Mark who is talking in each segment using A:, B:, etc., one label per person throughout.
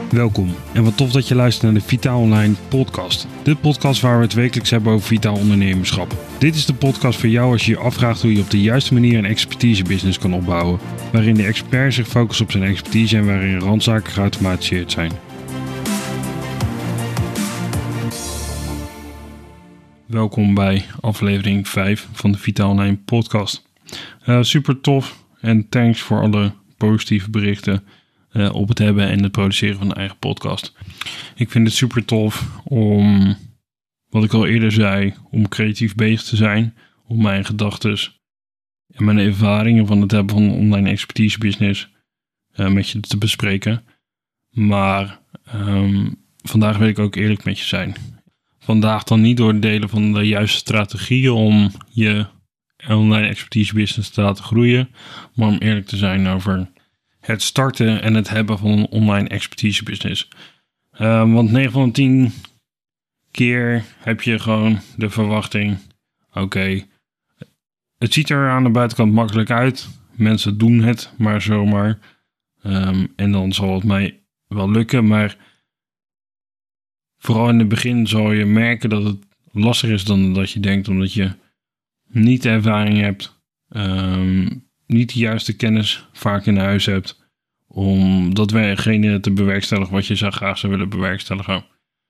A: Welkom en wat tof dat je luistert naar de Vitaal Online podcast. De podcast waar we het wekelijks hebben over vitaal ondernemerschap. Dit is de podcast voor jou als je je afvraagt hoe je op de juiste manier een expertise-business kan opbouwen. Waarin de expert zich focust op zijn expertise en waarin randzaken geautomatiseerd zijn. Welkom bij aflevering 5 van de Vitaal Online podcast. Super tof en thanks voor alle positieve berichten op het hebben en het produceren van een eigen podcast. Ik vind het super tof om, wat ik al eerder zei, om creatief bezig te zijn, om mijn gedachtes en mijn ervaringen van het hebben van een online expertise business met je te bespreken. Maar vandaag wil ik ook eerlijk met je zijn. Vandaag dan niet door het delen van de juiste strategieën om je online expertise business te laten groeien, maar om eerlijk te zijn over het starten en het hebben van een online expertise business. Want 9 van de 10 keer heb je gewoon de verwachting, oké, het ziet er aan de buitenkant makkelijk uit. Mensen doen het maar zomaar. En dan zal het mij wel lukken. Maar vooral in het begin zal je merken dat het lastiger is dan dat je denkt. Omdat je niet de ervaring hebt. Niet de juiste kennis vaak in huis hebt. Om datgene te bewerkstelligen wat je graag zou willen bewerkstelligen.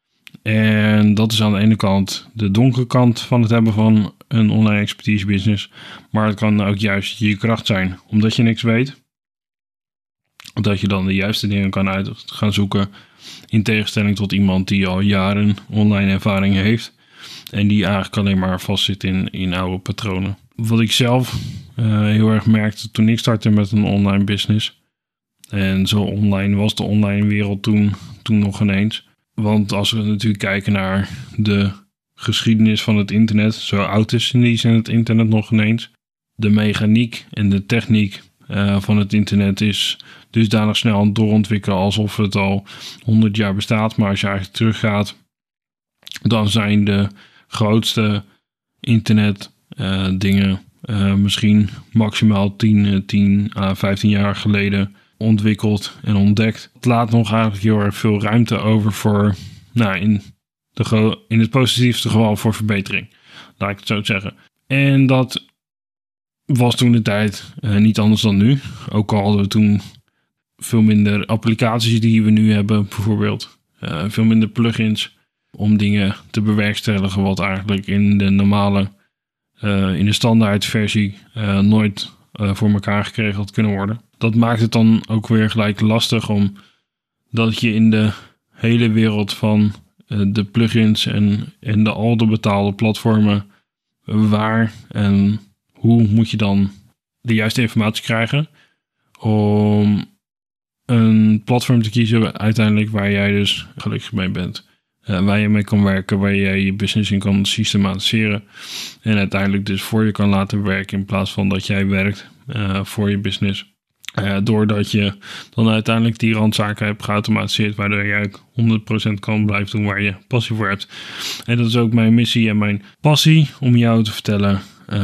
A: En dat is aan de ene kant de donkere kant van het hebben van een online expertise business. Maar het kan ook juist je kracht zijn. Omdat je niks weet. Dat je dan de juiste dingen kan uit gaan zoeken. In tegenstelling tot iemand die al jaren online ervaring heeft. En die eigenlijk alleen maar vastzit in oude patronen. Wat ik zelf heel erg merkte toen ik startte met een online business. En zo online was de online wereld toen nog ineens. Want als we natuurlijk kijken naar de geschiedenis van het internet. Zo oud is in die zin het internet nog ineens. De mechaniek en de techniek van het internet is dusdanig snel aan het doorontwikkelen alsof het al 100 jaar bestaat. Maar als je eigenlijk teruggaat, dan zijn de grootste internet dingen misschien maximaal 10 à 15 jaar geleden ontwikkeld en ontdekt. Het laat nog eigenlijk heel erg veel ruimte over voor, in het positiefste geval voor verbetering. Laat ik het zo zeggen. En dat was toen de tijd niet anders dan nu. Ook al hadden we toen veel minder applicaties die we nu hebben, bijvoorbeeld. Veel minder plugins om dingen te bewerkstelligen wat eigenlijk in de normale, in de standaard versie nooit voor elkaar gekregen had kunnen worden. Dat maakt het dan ook weer gelijk lastig omdat je in de hele wereld van de plugins en al de betaalde platformen waar en hoe moet je dan de juiste informatie krijgen om een platform te kiezen uiteindelijk waar jij dus gelukkig mee bent. Waar je mee kan werken, waar jij je business in kan systematiseren. En uiteindelijk dus voor je kan laten werken in plaats van dat jij werkt voor je business. Doordat je dan uiteindelijk die randzaken hebt geautomatiseerd, waardoor jij 100% kan blijven doen waar je passie voor hebt. En dat is ook mijn missie en mijn passie om jou te vertellen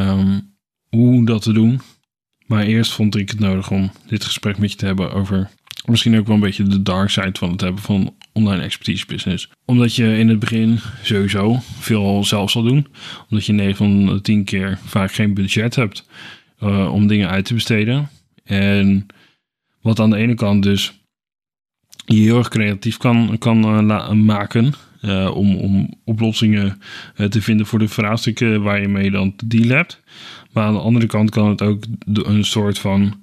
A: hoe dat te doen. Maar eerst vond ik het nodig om dit gesprek met je te hebben over misschien ook wel een beetje de dark side van het hebben van online expertise business. Omdat je in het begin sowieso veel zelf zal doen. Omdat je 9 van de 10 keer vaak geen budget hebt om dingen uit te besteden. En wat aan de ene kant dus je heel erg creatief kan maken om oplossingen te vinden voor de vraagstukken waar je mee dan te dealen hebt. Maar aan de andere kant kan het ook een soort van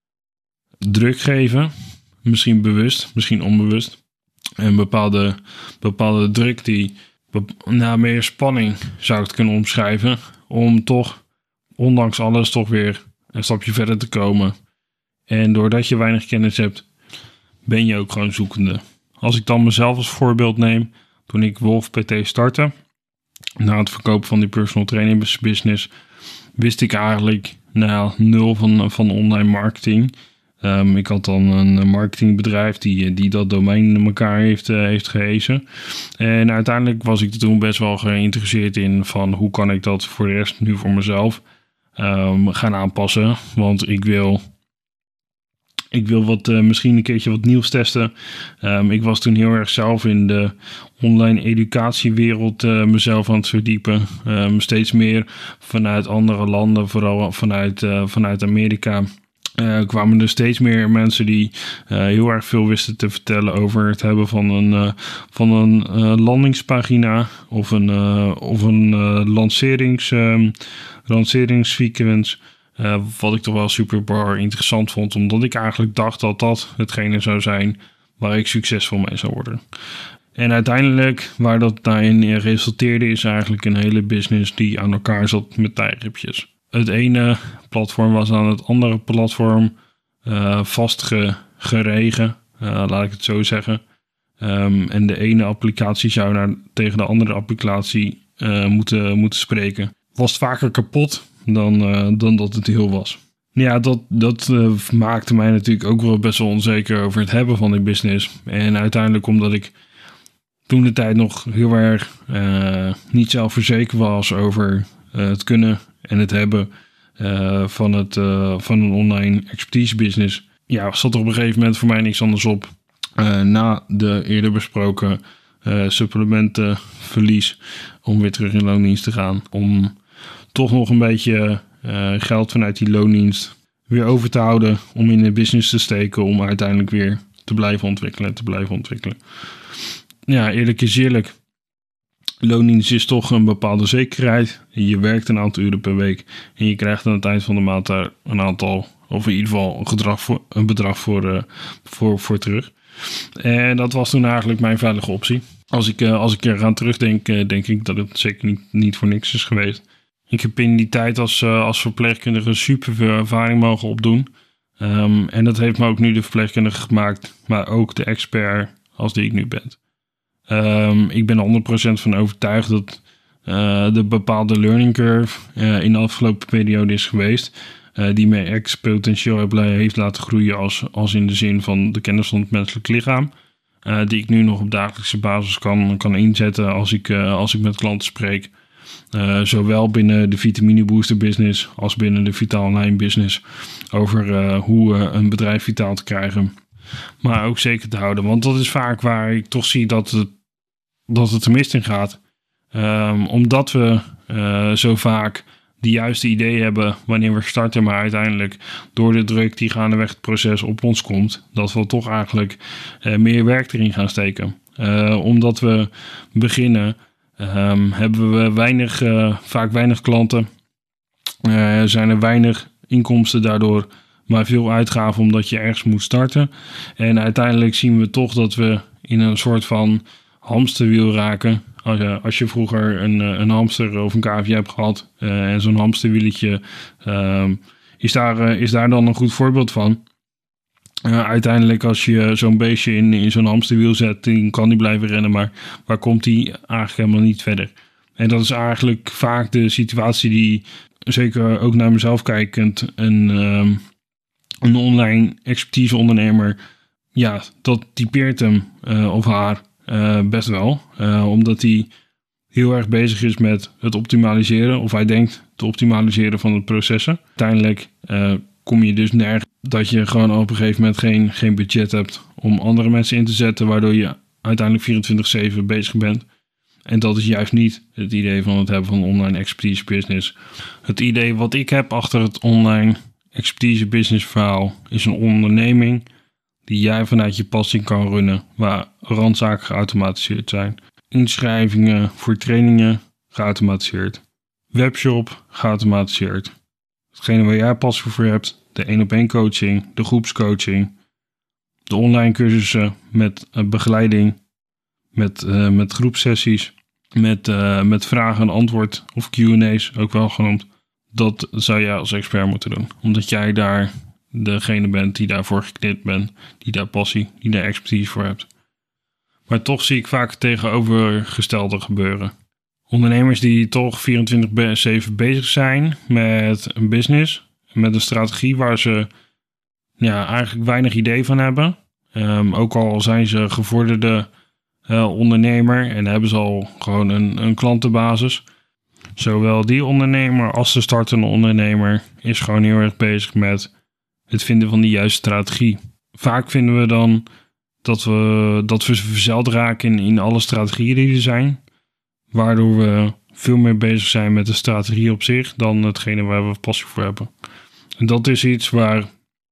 A: druk geven. Misschien bewust, misschien onbewust. Een bepaalde druk die, meer spanning zou ik het kunnen omschrijven. Om toch, ondanks alles, toch weer een stapje verder te komen. En doordat je weinig kennis hebt, ben je ook gewoon zoekende. Als ik dan mezelf als voorbeeld neem, toen ik Wolf PT startte, na het verkopen van die personal training business, wist ik eigenlijk nul van online marketing. Ik had dan een marketingbedrijf die dat domein in elkaar heeft gehezen. En uiteindelijk was ik er toen best wel geïnteresseerd in van hoe kan ik dat voor de rest nu voor mezelf gaan aanpassen. Want ik wil Ik wil misschien een keertje wat nieuws testen. Ik was toen heel erg zelf in de online educatiewereld mezelf aan het verdiepen. Steeds meer vanuit andere landen, vooral vanuit Amerika. Kwamen er steeds meer mensen die heel erg veel wisten te vertellen over het hebben van een landingspagina of een lanceringssequence. Wat ik toch wel super interessant vond, omdat ik eigenlijk dacht dat dat hetgene zou zijn waar ik succesvol mee zou worden. En uiteindelijk, waar dat daarin resulteerde, is eigenlijk een hele business die aan elkaar zat met tijdripjes. Het ene platform was aan het andere platform vastgeregen, laat ik het zo zeggen. En de ene applicatie zou tegen de andere applicatie moeten spreken. Was het vaker kapot dan dat het heel was. Ja, dat maakte mij natuurlijk ook wel best wel onzeker over het hebben van die business. En uiteindelijk omdat ik toen de tijd nog heel erg niet zelfverzekerd was over het kunnen en het hebben van een online expertise business. Ja, zat er op een gegeven moment voor mij niks anders op. Na de eerder besproken supplementenverlies om weer terug in loondienst te gaan. Om toch nog een beetje geld vanuit die loondienst weer over te houden om in de business te steken, om uiteindelijk weer te blijven ontwikkelen. Ja, eerlijk is eerlijk. Loondienst is toch een bepaalde zekerheid. Je werkt een aantal uren per week en je krijgt aan het eind van de maand daar een aantal, of in ieder geval een bedrag voor terug. En dat was toen eigenlijk mijn veilige optie. Als ik er aan terugdenk, denk ik dat het zeker niet voor niks is geweest. Ik heb in die tijd als verpleegkundige super veel ervaring mogen opdoen. En dat heeft me ook nu de verpleegkundige gemaakt, maar ook de expert als die ik nu ben. Ik ben 100% van overtuigd dat de bepaalde learning curve in de afgelopen periode is geweest. Die mij exponentieel heeft laten groeien als in de zin van de kennis van het menselijk lichaam. Die ik nu nog op dagelijkse basis kan inzetten als ik met klanten spreek. Zowel binnen de vitamine booster business als binnen de Vitaal Online business. Over hoe een bedrijf vitaal te krijgen. Maar ook zeker te houden. Want dat is vaak waar ik toch zie dat het er mist in gaat. Omdat we zo vaak de juiste ideeën hebben wanneer we starten. Maar uiteindelijk door de druk die gaandeweg het proces op ons komt. Dat we toch eigenlijk meer werk erin gaan steken. Omdat we beginnen hebben we vaak weinig klanten. Zijn er weinig inkomsten daardoor, maar veel uitgaven omdat je ergens moet starten. En uiteindelijk zien we toch dat we in een soort van hamsterwiel raken. Als je vroeger een hamster of een cavia hebt gehad en zo'n hamsterwieletje is daar dan een goed voorbeeld van. Uiteindelijk als je zo'n beestje in zo'n hamsterwiel zet, dan kan die blijven rennen, maar waar komt die eigenlijk helemaal niet verder. En dat is eigenlijk vaak de situatie die, zeker ook naar mezelf kijkend, een online expertise ondernemer, ja, dat typeert hem of haar best wel. Omdat hij heel erg bezig is met het optimaliseren, of hij denkt te optimaliseren van de processen. Uiteindelijk kom je dus nergens dat je gewoon op een gegeven moment geen budget hebt om andere mensen in te zetten, waardoor je uiteindelijk 24/7 bezig bent. En dat is juist niet het idee van het hebben van een online expertise business. Het idee wat ik heb achter het online expertise business verhaal is een onderneming die jij vanuit je passie kan runnen, waar randzaken geautomatiseerd zijn. Inschrijvingen voor trainingen geautomatiseerd. Webshop geautomatiseerd. Hetgene waar jij passie voor hebt, de 1-op-1 coaching, de groepscoaching, de online cursussen met begeleiding, met groepsessies, met vragen en antwoord of Q&A's ook wel genoemd. Dat zou jij als expert moeten doen. Omdat jij daar degene bent die daarvoor geknipt bent, die daar passie, die daar expertise voor hebt. Maar toch zie ik vaak het tegenovergestelde gebeuren. Ondernemers die toch 24/7 bezig zijn met een business, met een strategie waar ze eigenlijk weinig idee van hebben. Ook al zijn ze gevorderde ondernemer en hebben ze al gewoon een klantenbasis. Zowel die ondernemer als de startende ondernemer is gewoon heel erg bezig met het vinden van de juiste strategie. Vaak vinden we dan dat we verzeild raken in alle strategieën die er zijn. Waardoor we veel meer bezig zijn met de strategie op zich dan hetgene waar we passie voor hebben. En dat is iets waar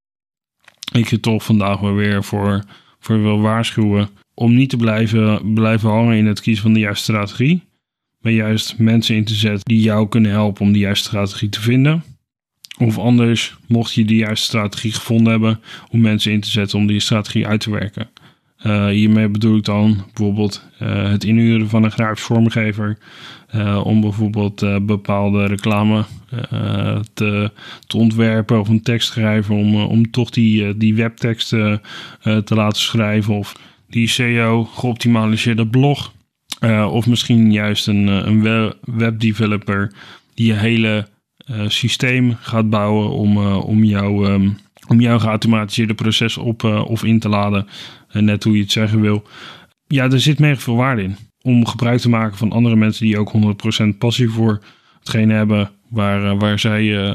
A: ik je toch vandaag wel weer voor wil waarschuwen. Om niet te blijven hangen in het kiezen van de juiste strategie. Maar juist mensen in te zetten die jou kunnen helpen om de juiste strategie te vinden. Of anders, mocht je de juiste strategie gevonden hebben, om mensen in te zetten om die strategie uit te werken. Hiermee bedoel ik dan bijvoorbeeld het inhuren van een grafisch vormgever. Om bijvoorbeeld bepaalde reclame te ontwerpen of een tekstschrijver. Om toch die webteksten te laten schrijven. Of die SEO geoptimaliseerde blog. Of misschien juist een webdeveloper die je hele systeem gaat bouwen om jouw geautomatiseerde proces op of in te laden. Net hoe je het zeggen wil. Ja, er zit mega veel waarde in. Om gebruik te maken van andere mensen die ook 100% passie voor hetgene hebben waar zij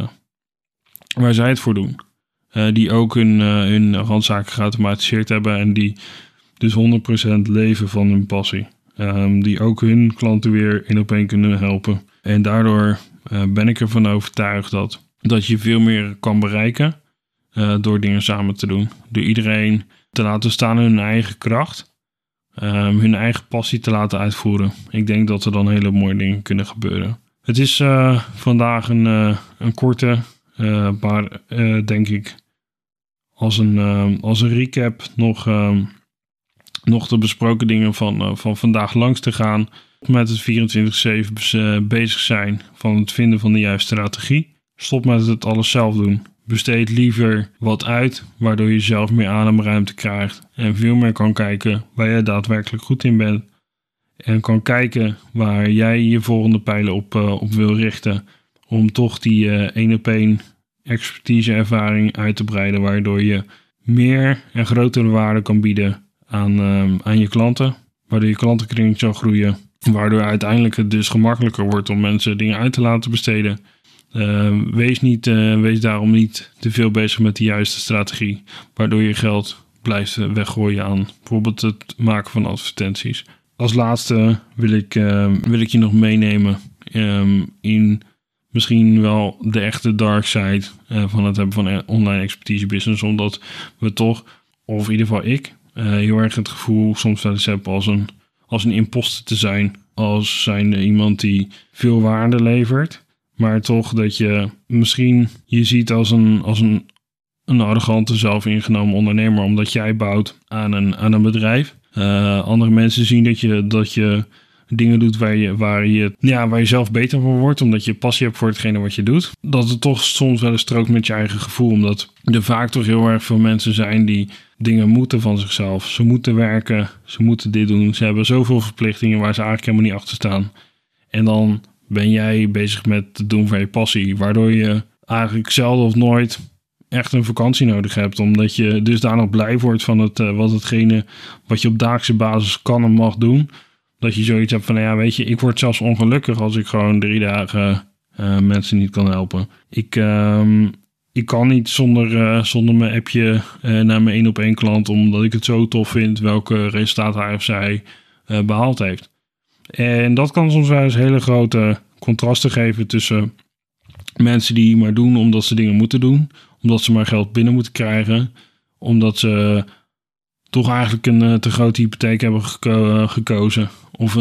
A: het voor doen. Die ook hun randzaken geautomatiseerd hebben en die dus 100% leven van hun passie. Die ook hun klanten weer 1-op-1 kunnen helpen. En daardoor ben ik ervan overtuigd dat je veel meer kan bereiken door dingen samen te doen. Door iedereen te laten staan in hun eigen kracht. Hun eigen passie te laten uitvoeren. Ik denk dat er dan hele mooie dingen kunnen gebeuren. Het is vandaag een korte, maar denk ik als een recap nog de besproken dingen van vandaag langs te gaan. Met het 24/7 bezig zijn van het vinden van de juiste strategie. Stop met het alles zelf doen. Besteed liever wat uit, waardoor je zelf meer ademruimte krijgt. En veel meer kan kijken waar jij daadwerkelijk goed in bent. En kan kijken waar jij je volgende pijlen op wil richten. Om toch die 1-op-1 expertise ervaring uit te breiden. Waardoor je meer en grotere waarde kan bieden aan je klanten. Waardoor je klantenkring zal groeien. Waardoor uiteindelijk het dus gemakkelijker wordt om mensen dingen uit te laten besteden. Wees daarom niet te veel bezig met de juiste strategie. Waardoor je geld blijft weggooien aan bijvoorbeeld het maken van advertenties. Als laatste wil ik je nog meenemen in misschien wel de echte dark side van het hebben van online expertise business. Omdat we toch, of in ieder geval ik, heel erg het gevoel soms wel eens heb als een imposter te zijn. Als zijnde iemand die veel waarde levert. Maar toch dat je misschien je ziet als een arrogante, zelfingenomen ondernemer. Omdat jij bouwt aan een bedrijf. Andere mensen zien dat je dingen doet waar je zelf beter van wordt. Omdat je passie hebt voor hetgene wat je doet. Dat het toch soms wel eens strookt met je eigen gevoel. Omdat er vaak toch heel erg veel mensen zijn die dingen moeten van zichzelf. Ze moeten werken, ze moeten dit doen. Ze hebben zoveel verplichtingen waar ze eigenlijk helemaal niet achter staan. En dan ben jij bezig met het doen van je passie. Waardoor je eigenlijk zelden of nooit echt een vakantie nodig hebt. Omdat je dus daar nog blij wordt van hetgene wat je op dagelijkse basis kan en mag doen. Dat je zoiets hebt van, nou ja, weet je, ik word zelfs ongelukkig als ik gewoon 3 dagen mensen niet kan helpen. Ik kan niet zonder mijn appje naar mijn 1-op-1 klant, omdat ik het zo tof vind welke resultaat hij of zij behaald heeft. En dat kan soms wel eens hele grote contrasten geven tussen mensen die maar doen omdat ze dingen moeten doen. Omdat ze maar geld binnen moeten krijgen. Omdat ze toch eigenlijk een te grote hypotheek hebben gekozen. Of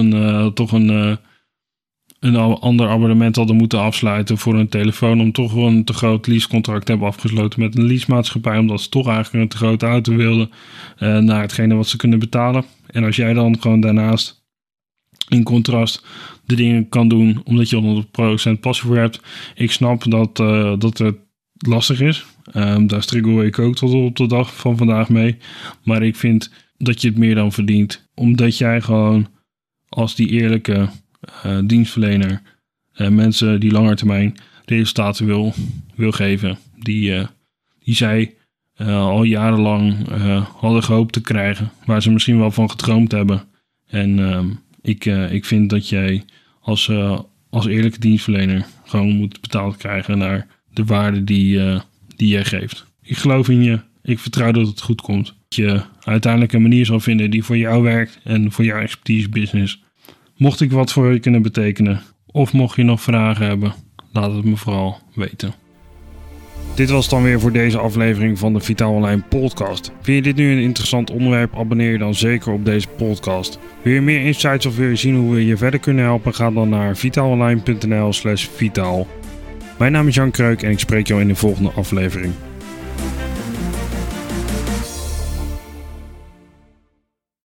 A: een ander abonnement hadden moeten afsluiten voor een telefoon. Om toch een te groot leasecontract te hebben afgesloten met een leasemaatschappij. Omdat ze toch eigenlijk een te grote auto wilden naar hetgene wat ze kunnen betalen. En als jij dan gewoon daarnaast in contrast de dingen kan doen omdat je 100% passie voor hebt. Ik snap dat het lastig is. Daar struggle ik ook tot op de dag van vandaag mee. Maar ik vind dat je het meer dan verdient. Omdat jij gewoon als die eerlijke dienstverlener mensen die langetermijn resultaten wil geven. Die zij al jarenlang hadden gehoopt te krijgen. Waar ze misschien wel van gedroomd hebben. En ik vind dat jij als eerlijke dienstverlener gewoon moet betaald krijgen naar de waarde die jij geeft. Ik geloof in je. Ik vertrouw dat het goed komt. Dat je uiteindelijk een manier zal vinden die voor jou werkt en voor jouw expertise business. Mocht ik wat voor je kunnen betekenen, of mocht je nog vragen hebben, laat het me vooral weten. Dit was dan weer voor deze aflevering van de Vitaal Online podcast. Vind je dit nu een interessant onderwerp? Abonneer je dan zeker op deze podcast. Wil je meer insights of wil je zien hoe we je verder kunnen helpen? Ga dan naar vitaalonline.nl/vitaal. Mijn naam is Jan Kreuk en ik spreek jou in de volgende aflevering.